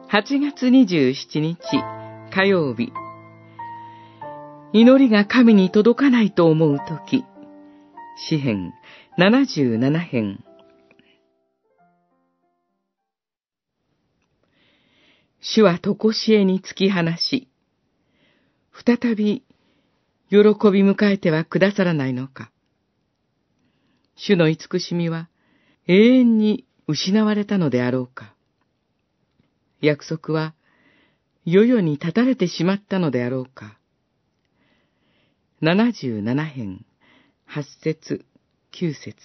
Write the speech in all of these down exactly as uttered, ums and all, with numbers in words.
はちがつにじゅうしちにち火曜日。祈りが神に届かないと思うとき。詩編ななじゅうななへん。主はとこしえに突き放し、再び喜び迎えてはくださらないのか。主の慈しみは永遠に失われたのであろうか。約束は世々に絶たれてしまったのであろうか。ななじゅうななへん、はちせつ、きゅうせつ。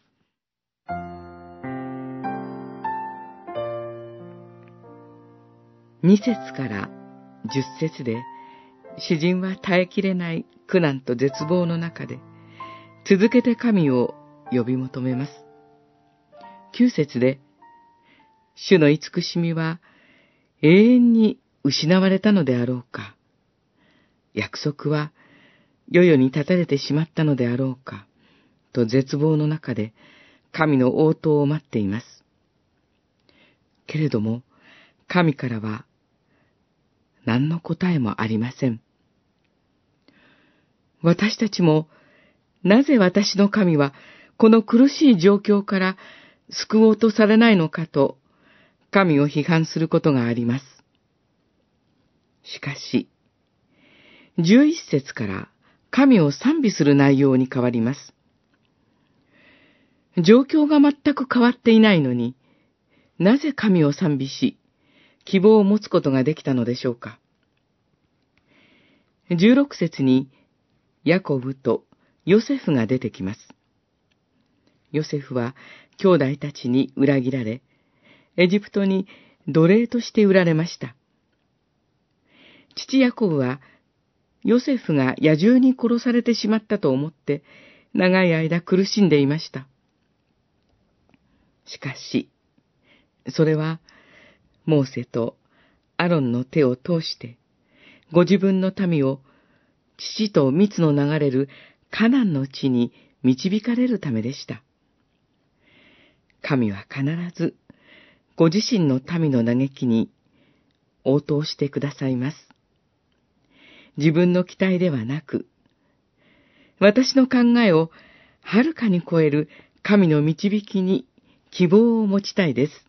にせつからじゅっせつで、詩人は耐えきれない苦難と絶望の中で、続けて神を呼び求めます。きゅうせつで、主の慈しみは永遠に失われたのであろうか。約束は世々に絶たれてしまったのであろうか。と絶望の中で神の応答を待っています。けれども、神からは何の答えもありません。私たちも、なぜ私の神はこの苦しい状況から救おうとされないのかと、神を批判することがあります。しかし、じゅういっせつから神を賛美する内容に変わります。状況が全く変わっていないのに、なぜ神を賛美し、希望を持つことができたのでしょうか。じゅうろくせつに、ヤコブとヨセフが出てきます。ヨセフは兄弟たちに裏切られ、エジプトに奴隷として売られました。父ヤコブは、ヨセフが野獣に殺されてしまったと思って、長い間苦しんでいました。しかし、それは、モーセとアロンの手を通して、ご自分の民を、乳と蜜の流れるカナンの地に導かれるためでした。神は必ず、ご自身の民の嘆きに応答してくださいます。自分の期待ではなく、私の考えをはるかに超える神の導きに希望を持ちたいです。